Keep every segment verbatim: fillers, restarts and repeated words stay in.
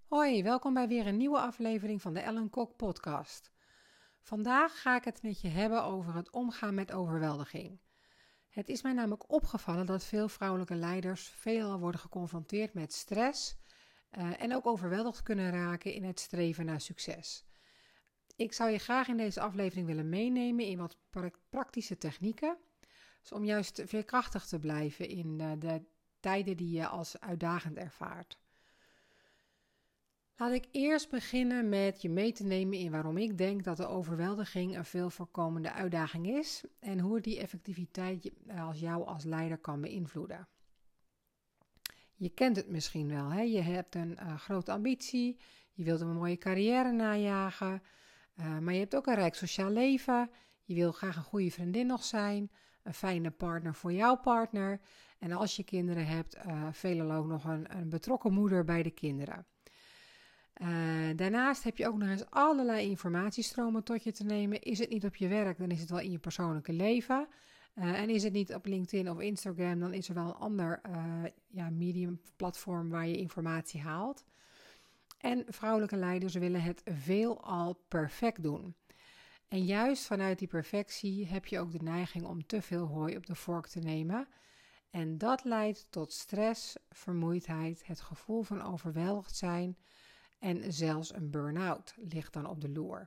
Hoi, welkom bij weer een nieuwe aflevering van de Ellen Kok podcast. Vandaag ga ik het met je hebben over het omgaan met overweldiging. Het is mij namelijk opgevallen dat veel vrouwelijke leiders veelal worden geconfronteerd met stress uh, en ook overweldigd kunnen raken in het streven naar succes. Ik zou je graag in deze aflevering willen meenemen in wat pra- praktische technieken, dus om juist veerkrachtig te blijven in uh, de tijden die je als uitdagend ervaart. Laat ik eerst beginnen met je mee te nemen in waarom ik denk dat de overweldiging een veel voorkomende uitdaging is en hoe die effectiviteit als jou als leider kan beïnvloeden. Je kent het misschien wel, hè? Je hebt een uh, grote ambitie, je wilt een mooie carrière najagen, uh, maar je hebt ook een rijk sociaal leven, je wil graag een goede vriendin nog zijn, een fijne partner voor jouw partner en als je kinderen hebt, uh, veelal ook nog een, een betrokken moeder bij de kinderen. Uh, daarnaast heb je ook nog eens allerlei informatiestromen tot je te nemen. Is het niet op je werk, dan is het wel in je persoonlijke leven. Uh, en is het niet op LinkedIn of Instagram, dan is er wel een ander uh, ja, medium platform waar je informatie haalt. En vrouwelijke leiders willen het veelal perfect doen. En juist vanuit die perfectie heb je ook de neiging om te veel hooi op de vork te nemen. En dat leidt tot stress, vermoeidheid, het gevoel van overweldigd zijn. En zelfs een burn-out ligt dan op de loer.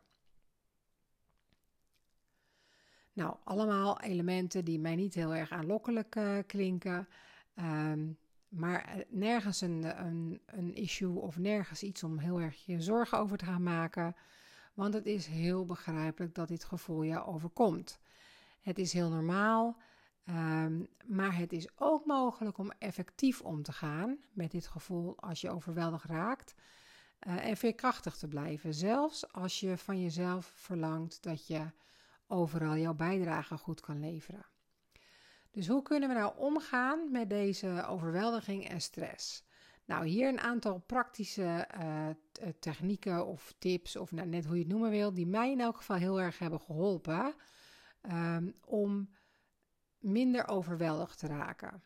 Nou, allemaal elementen die mij niet heel erg aanlokkelijk uh, klinken. Um, maar nergens een, een, een issue of nergens iets om heel erg je zorgen over te gaan maken. Want het is heel begrijpelijk dat dit gevoel jou overkomt. Het is heel normaal, um, maar het is ook mogelijk om effectief om te gaan met dit gevoel als je overweldigd raakt. Uh, en veerkrachtig te blijven, zelfs als je van jezelf verlangt dat je overal jouw bijdrage goed kan leveren. Dus hoe kunnen we nou omgaan met deze overweldiging en stress? Nou, hier een aantal praktische uh, t- technieken of tips, of nou, net hoe je het noemen wil, die mij in elk geval heel erg hebben geholpen um, om minder overweldigd te raken.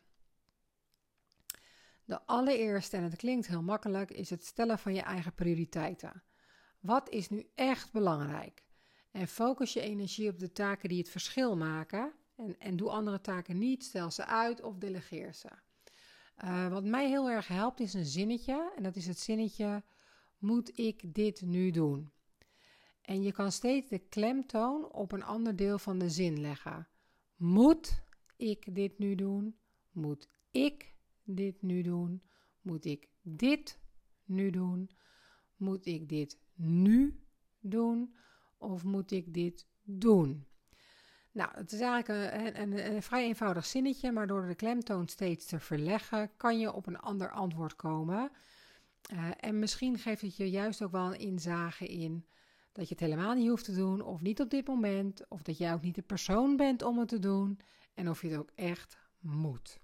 De allereerste, en het klinkt heel makkelijk, is het stellen van je eigen prioriteiten. Wat is nu echt belangrijk? En focus je energie op de taken die het verschil maken. En, en doe andere taken niet, stel ze uit of delegeer ze. Uh, wat mij heel erg helpt is een zinnetje. En dat is het zinnetje, moet ik dit nu doen? En je kan steeds de klemtoon op een ander deel van de zin leggen. Moet ik dit nu doen? Moet ik dit nu doen? Moet ik dit nu doen? Moet ik dit nu doen? Of moet ik dit doen? Nou, het is eigenlijk een, een, een vrij eenvoudig zinnetje, maar door de klemtoon steeds te verleggen, kan je op een ander antwoord komen. Uh, en misschien geeft het je juist ook wel een inzage in dat je het helemaal niet hoeft te doen, of niet op dit moment, of dat jij ook niet de persoon bent om het te doen, en of je het ook echt moet.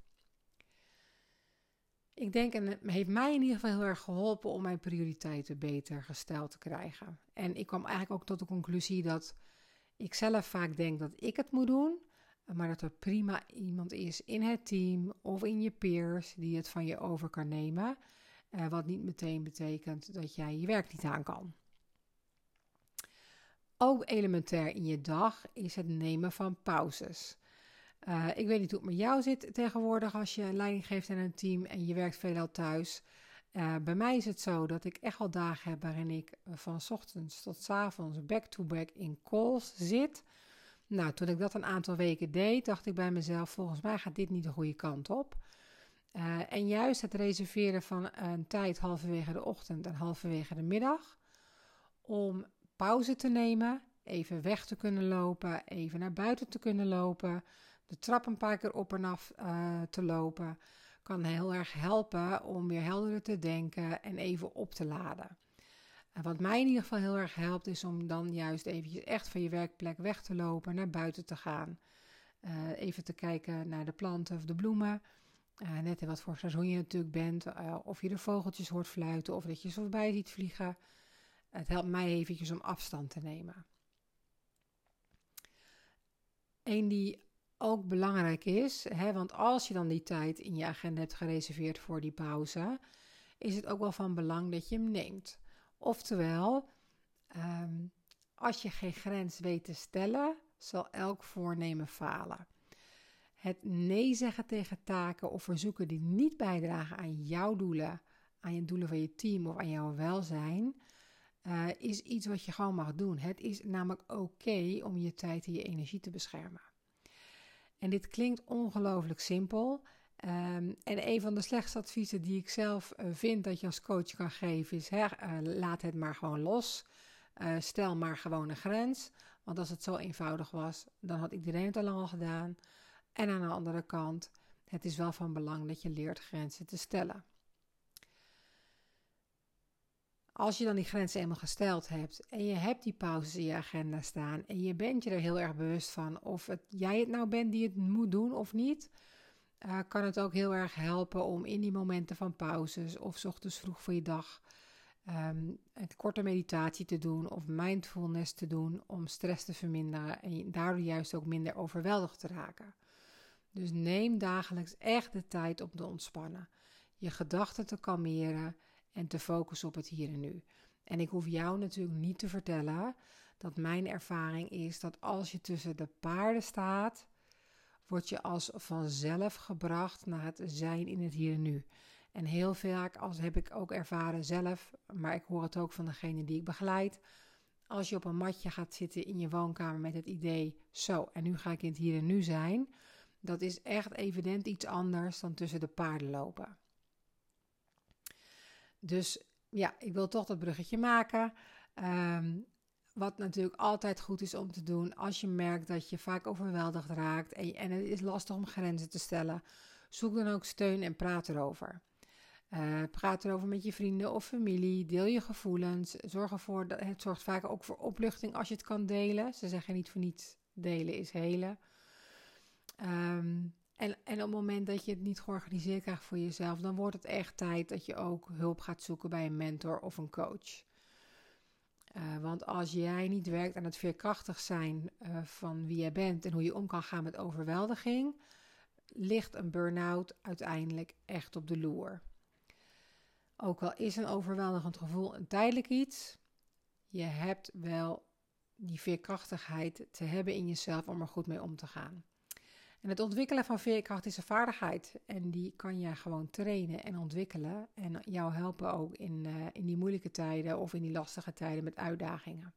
Ik denk, en het heeft mij in ieder geval heel erg geholpen om mijn prioriteiten beter gesteld te krijgen. En ik kwam eigenlijk ook tot de conclusie dat ik zelf vaak denk dat ik het moet doen, maar dat er prima iemand is in het team of in je peers die het van je over kan nemen. Uh, wat niet meteen betekent dat jij je werk niet aan kan. Ook elementair in je dag is het nemen van pauzes. Uh, ik weet niet hoe het met jou zit tegenwoordig als je leiding geeft aan een team en je werkt veelal thuis. Uh, bij mij is het zo dat ik echt wel dagen heb waarin ik van 's ochtends tot 's avonds back-to-back in calls zit. Nou, toen ik dat een aantal weken deed, dacht ik bij mezelf, volgens mij gaat dit niet de goede kant op. Uh, en juist het reserveren van een tijd halverwege de ochtend en halverwege de middag om pauze te nemen, even weg te kunnen lopen, even naar buiten te kunnen lopen, de trap een paar keer op en af uh, te lopen, kan heel erg helpen om weer helderder te denken en even op te laden. En wat mij in ieder geval heel erg helpt, is om dan juist eventjes echt van je werkplek weg te lopen, naar buiten te gaan. Uh, even te kijken naar de planten of de bloemen. Uh, net in wat voor seizoen je natuurlijk bent. Uh, of je de vogeltjes hoort fluiten of dat je ze voorbij ziet vliegen. Het helpt mij eventjes om afstand te nemen. Eén die ook belangrijk is, hè, want als je dan die tijd in je agenda hebt gereserveerd voor die pauze, is het ook wel van belang dat je hem neemt. Oftewel, um, als je geen grens weet te stellen, zal elk voornemen falen. Het nee zeggen tegen taken of verzoeken die niet bijdragen aan jouw doelen, aan je doelen van je team of aan jouw welzijn, uh, is iets wat je gewoon mag doen. Het is namelijk oké om je tijd en je energie te beschermen. En dit klinkt ongelooflijk simpel. Um, en een van de slechtste adviezen die ik zelf uh, vind dat je als coach kan geven is, hè, uh, laat het maar gewoon los. Uh, stel maar gewoon een grens. Want als het zo eenvoudig was, dan had iedereen het al lang al gedaan. En aan de andere kant, het is wel van belang dat je leert grenzen te stellen. Als je dan die grenzen eenmaal gesteld hebt en je hebt die pauzes in je agenda staan en je bent je er heel erg bewust van of het, jij het nou bent die het moet doen of niet, uh, kan het ook heel erg helpen om in die momenten van pauzes of 's ochtends vroeg voor je dag um, een korte meditatie te doen of mindfulness te doen om stress te verminderen en daardoor juist ook minder overweldigd te raken. Dus neem dagelijks echt de tijd om te ontspannen, je gedachten te kalmeren en te focussen op het hier en nu. En ik hoef jou natuurlijk niet te vertellen dat mijn ervaring is dat als je tussen de paarden staat, word je als vanzelf gebracht naar het zijn in het hier en nu. En heel vaak, als heb ik ook ervaren zelf, maar ik hoor het ook van degene die ik begeleid, als je op een matje gaat zitten in je woonkamer met het idee, zo, en nu ga ik in het hier en nu zijn, dat is echt evident iets anders dan tussen de paarden lopen. Dus ja, ik wil toch dat bruggetje maken. Um, wat natuurlijk altijd goed is om te doen als je merkt dat je vaak overweldigd raakt en, en het is lastig om grenzen te stellen. Zoek dan ook steun en praat erover. Uh, praat erover met je vrienden of familie. Deel je gevoelens. Zorg ervoor dat het zorgt vaak ook voor opluchting als je het kan delen. Ze zeggen niet voor niets, delen is helen. Um, En, en op het moment dat je het niet georganiseerd krijgt voor jezelf, dan wordt het echt tijd dat je ook hulp gaat zoeken bij een mentor of een coach. Uh, want als jij niet werkt aan het veerkrachtig zijn uh, van wie jij bent en hoe je om kan gaan met overweldiging, ligt een burn-out uiteindelijk echt op de loer. Ook al is een overweldigend gevoel een tijdelijk iets, je hebt wel die veerkrachtigheid te hebben in jezelf om er goed mee om te gaan. En het ontwikkelen van veerkracht is een vaardigheid en die kan je gewoon trainen en ontwikkelen en jou helpen ook in, uh, in die moeilijke tijden of in die lastige tijden met uitdagingen.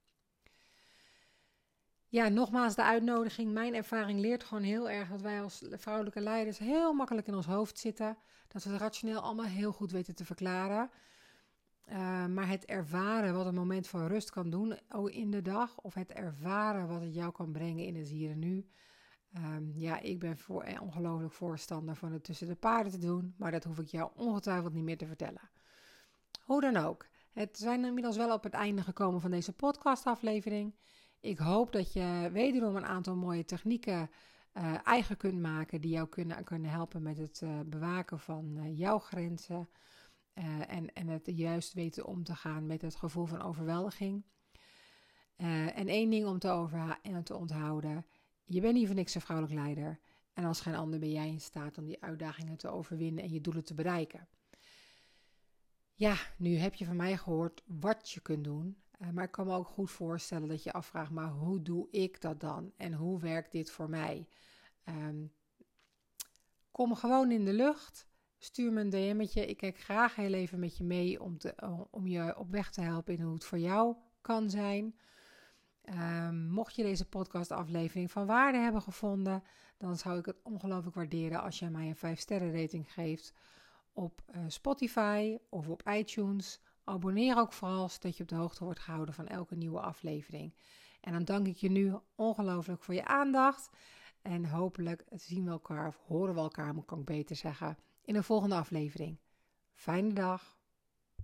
Ja, nogmaals de uitnodiging. Mijn ervaring leert gewoon heel erg dat wij als vrouwelijke leiders heel makkelijk in ons hoofd zitten. Dat we het rationeel allemaal heel goed weten te verklaren. Uh, maar het ervaren wat een moment van rust kan doen in de dag of het ervaren wat het jou kan brengen in het hier en nu. Um, ja, ik ben voor, eh, ongelooflijk voorstander van het tussen de paarden te doen, maar dat hoef ik jou ongetwijfeld niet meer te vertellen. Hoe dan ook, het zijn inmiddels wel op het einde gekomen van deze podcastaflevering. Ik hoop dat je wederom een aantal mooie technieken uh, eigen kunt maken die jou kunnen, kunnen helpen met het uh, bewaken van uh, jouw grenzen uh, en, en het juist weten om te gaan met het gevoel van overweldiging. Uh, en één ding om te, overha- en te onthouden. Je bent niet voor niks een vrouwelijk leider. En als geen ander ben jij in staat om die uitdagingen te overwinnen en je doelen te bereiken. Ja, nu heb je van mij gehoord wat je kunt doen. Uh, maar ik kan me ook goed voorstellen dat je afvraagt, maar hoe doe ik dat dan? En hoe werkt dit voor mij? Um, kom gewoon in de lucht. Stuur me een D M'tje. Ik kijk graag heel even met je mee om, te, om je op weg te helpen in hoe het voor jou kan zijn. Um, mocht je deze podcastaflevering van waarde hebben gevonden, dan zou ik het ongelooflijk waarderen als je mij een vijf sterren rating geeft op uh, Spotify of op iTunes. Abonneer ook vooral, zodat je op de hoogte wordt gehouden van elke nieuwe aflevering. En dan dank ik je nu ongelooflijk voor je aandacht. En hopelijk zien we elkaar, of horen we elkaar, moet ik beter zeggen, in een volgende aflevering. Fijne dag.